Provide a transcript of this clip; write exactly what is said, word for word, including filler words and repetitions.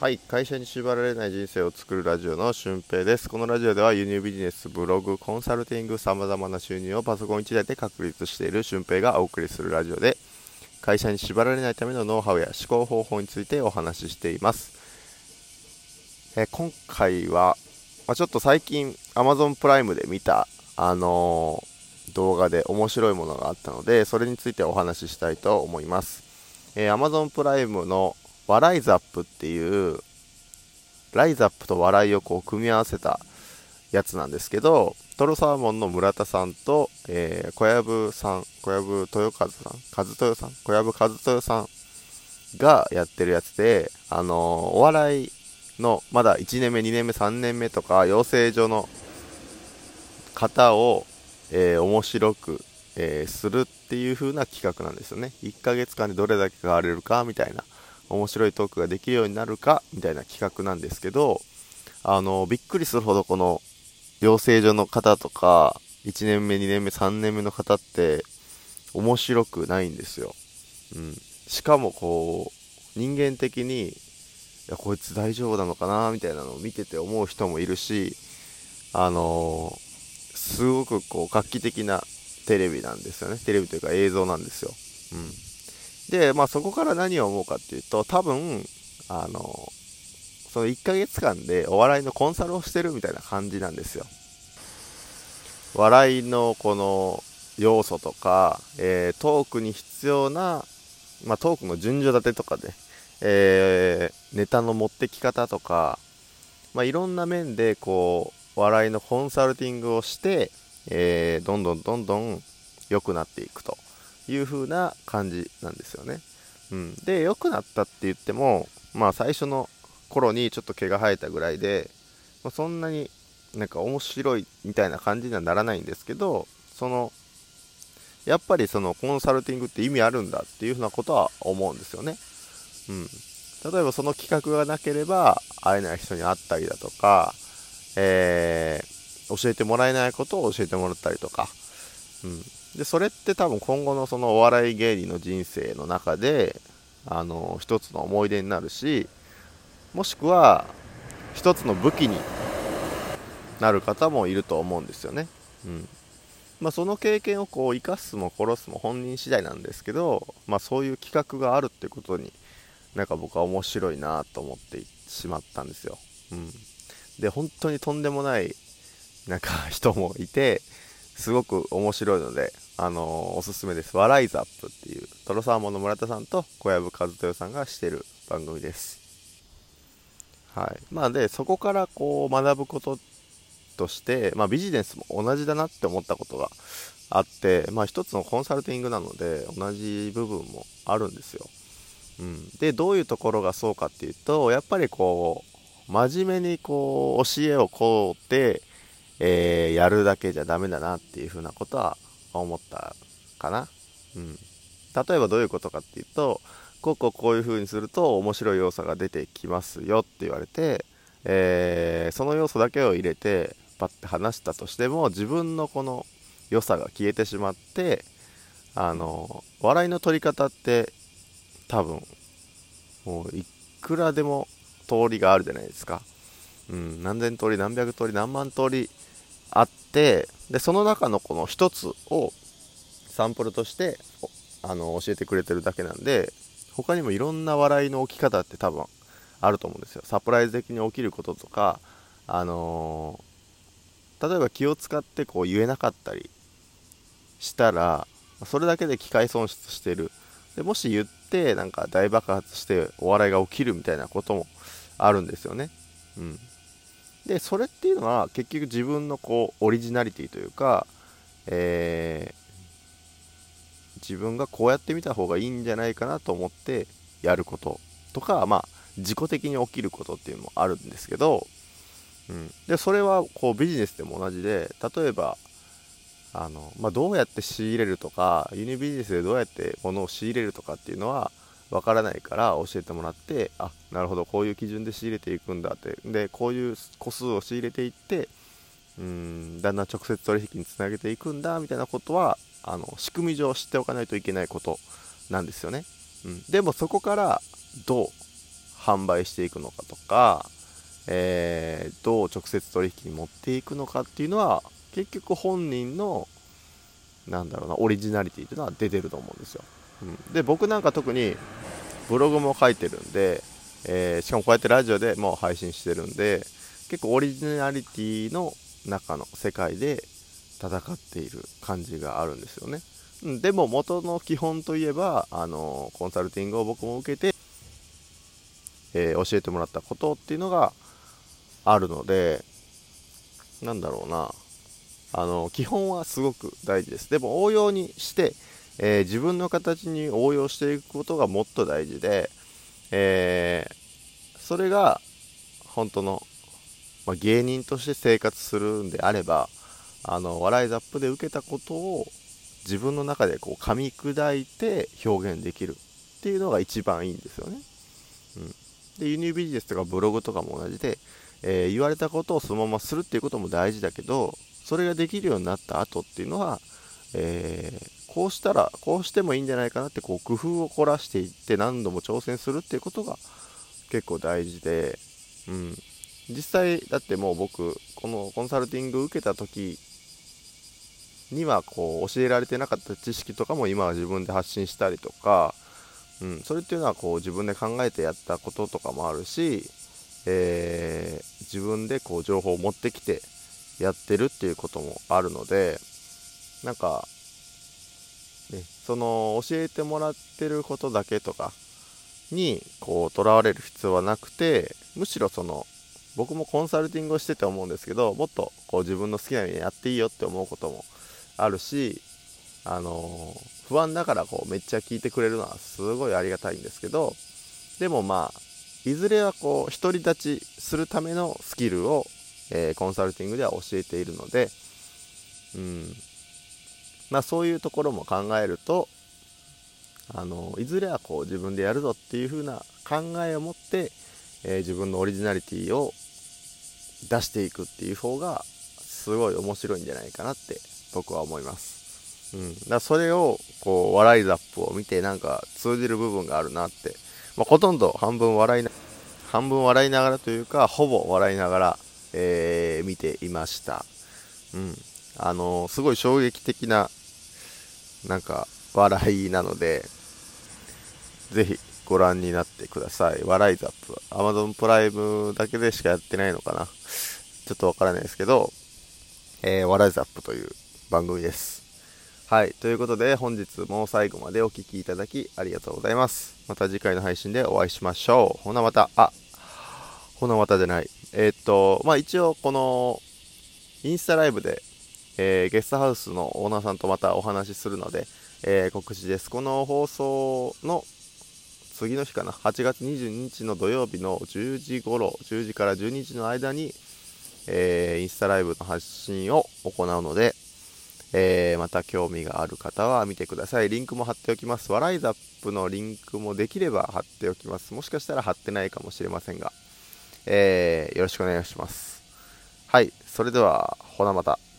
はい、会社に縛られない人生を作るラジオの俊平です。このラジオでは輸入ビジネス、ブログ、コンサルティング、様々な収入をパソコンいちだいで確立している俊平がお送りするラジオで、会社に縛られないためのノウハウや思考方法についてお話ししています。え今回は、まあ、ちょっと最近 Amazon プライムで見た、あのー動画で面白いものがあったので、それについてお話ししたいと思います。えー Amazon プライムの笑いザップっていうライザップと笑いをこう組み合わせたやつなんですけど、トロサーモンの村田さんと、えー、小籔さん、小籔豊和さん、和豊さん、小籔和豊さんがやってるやつで、あのーお笑いのまだいちねんめ、にねんめ、さんねんめとか養成所の方を、えー面白く、えーするっていう風な企画なんですよね。いっかげつかんでどれだけ変われるかみたいな、面白いトークができるようになるかみたいな企画なんですけど、あのびっくりするほどこの養成所の方とかいちねんめ、にねんめ、さんねんめの方って面白くないんですよ。うん、しかもこう人間的に、いやこいつ大丈夫なのかなみたいなのを見てて思う人もいるし、あのーすごくこう画期的なテレビなんですよね。テレビというか映像なんですよ。うん、で、まあ、そこから何を思うかっていうと、多分あのーそのいっかげつかんでお笑いのコンサルをしてるみたいな感じなんですよ。笑いのこの要素とか、えートークに必要な、まあ、トークの順序立てとかで、えーネタの持ってき方とか、まあ、いろんな面でこう笑いのコンサルティングをして、えーどんどんどんどん良くなっていくという風な感じなんですよね。うん、で良くなったって言っても、まあ、最初の頃にちょっと毛が生えたぐらいで、まあ、そんなになんか面白いみたいな感じにはならないんですけど、そのやっぱりそのコンサルティングって意味あるんだっていうふうなことは思うんですよね。うん、例えばその企画がなければ会えない人に会ったりだとか、えー教えてもらえないことを教えてもらったりとか、うん、でそれって多分今後のそのお笑い芸人の人生の中であの一つの思い出になるし、もしくは一つの武器になる方もいると思うんですよね。うんまあ、その経験をこう生かすも殺すも本人次第なんですけど、まあ、そういう企画があるってことになんか僕は面白いなと思ってしまったんですよ。うん、で本当にとんでもないなんか人もいて、すごく面白いので、あのーおすすめです。笑いザップっていうトロサーモンの村田さんと小籔和豊さんがしてる番組です。はい、まあでそこからこう学ぶこととして、まあ、ビジネスも同じだなって思ったことがあって、まあ、一つのコンサルティングなので同じ部分もあるんですよ。うん、でどういうところがそうかっていうと、やっぱりこう真面目にこう教えをこうて、えーやるだけじゃダメだなっていうふうなことは思ったかな。うん、例えばどういうことかっていうと、こうこうこういう風にすると面白い要素が出てきますよって言われて、えーその要素だけを入れてパッて話したとしても、自分のこの良さが消えてしまって、あの笑いの取り方って多分もういくらでも通りがあるじゃないですか。うん、何千通り何百通り何万通りあって、でその中のこの一つをサンプルとしてあの教えてくれてるだけなんで、他にもいろんな笑いの起き方って多分あると思うんですよ。サプライズ的に起きることとか、あのー例えば気を使ってこう言えなかったりしたら、それだけで機械損失してる。でもし言ってなんか大爆発してお笑いが起きるみたいなこともあるんですよね。うん、でそれっていうのは結局自分のこうオリジナリティというか、えー自分がこうやってみた方がいいんじゃないかなと思ってやることとか、まあ自己的に起きることっていうのもあるんですけど、うん、でそれはこうビジネスでも同じで、例えばあの、まあ、どうやって仕入れるとか、輸入ビジネスでどうやって物を仕入れるとかっていうのはわからないから教えてもらって、あ、なるほどこういう基準で仕入れていくんだって、でこういう個数を仕入れていって、うーんだんだん直接取引につなげていくんだみたいなことは、あの仕組み上知っておかないといけないことなんですよね。うん、でもそこからどう販売していくのかとか、えー、どう直接取引に持っていくのかっていうのは結局本人のなんだろうなオリジナリティっていうのは出てると思うんですよ、うん、で僕なんか特にブログも書いてるんで、えー、しかもこうやってラジオでもう配信してるんで結構オリジナリティの中の世界で戦っている感じがあるんですよね。でも元の基本といえばあのコンサルティングを僕も受けて、えー、教えてもらったことっていうのがあるので、なんだろうなあの基本はすごく大事です。でも応用にして、えー、自分の形に応用していくことがもっと大事で、えー、それが本当の、まあ、芸人として生活するんであればあの笑いザップで受けたことを自分の中でこう噛み砕いて表現できるっていうのが一番いいんですよね、うん、で輸入ビジネスとかブログとかも同じで、えー、言われたことをそのままするっていうことも大事だけどそれができるようになった後っていうのは、えー、こうしたらこうしてもいいんじゃないかなってこう工夫を凝らしていって何度も挑戦するっていうことが結構大事で、うん、実際だってもう僕このコンサルティング受けた時にはこう教えられてなかった知識とかも今は自分で発信したりとか、うん、それっていうのはこう自分で考えてやったこととかもあるし、えー、自分でこう情報を持ってきてやってるっていうこともあるのでなんか、ね、その教えてもらってることだけとかにこうとらわれる必要はなくてむしろその僕もコンサルティングをしてて思うんですけどもっとこう自分の好きなようにやっていいよって思うこともあるし、あのー、不安だからこうめっちゃ聞いてくれるのはすごいありがたいんですけどでもまあいずれはこう独り立ちするためのスキルを、えー、コンサルティングでは教えているので、うんまあ、そういうところも考えるとあのいずれはこう自分でやるぞっていう風な考えを持って、えー、自分のオリジナリティを出していくっていう方がすごい面白いんじゃないかなって僕は思います、うん、だからそれをこう笑いザップを見てなんか通じる部分があるなって、まあ、ほとんど半分笑いな半分笑いながらというかほぼ笑いながら、えー、見ていました、うん、あのー、すごい衝撃的ななんか笑いなのでぜひご覧になってください。笑いザップ Amazon プライムだけでしかやってないのかなちょっとわからないですけど、えー、笑いザップという番組です。はい、ということで本日も最後までお聞きいただきありがとうございます。また次回の配信でお会いしましょう。ほなまた。あ、ほなまたじゃない。えー、っとまあ一応このインスタライブで、えー、ゲストハウスのオーナーさんとまたお話しするので、えー、告知です。この放送の次の日かなはちがつにじゅうににちの土曜日のじゅうじ頃じゅうじからじゅうにじの間に、えー、インスタライブの発信を行うので、えー、また興味がある方は見てください。リンクも貼っておきます。笑いザップのリンクもできれば貼っておきます。もしかしたら貼ってないかもしれませんが、えー、よろしくお願いします。はい、それではほなまた。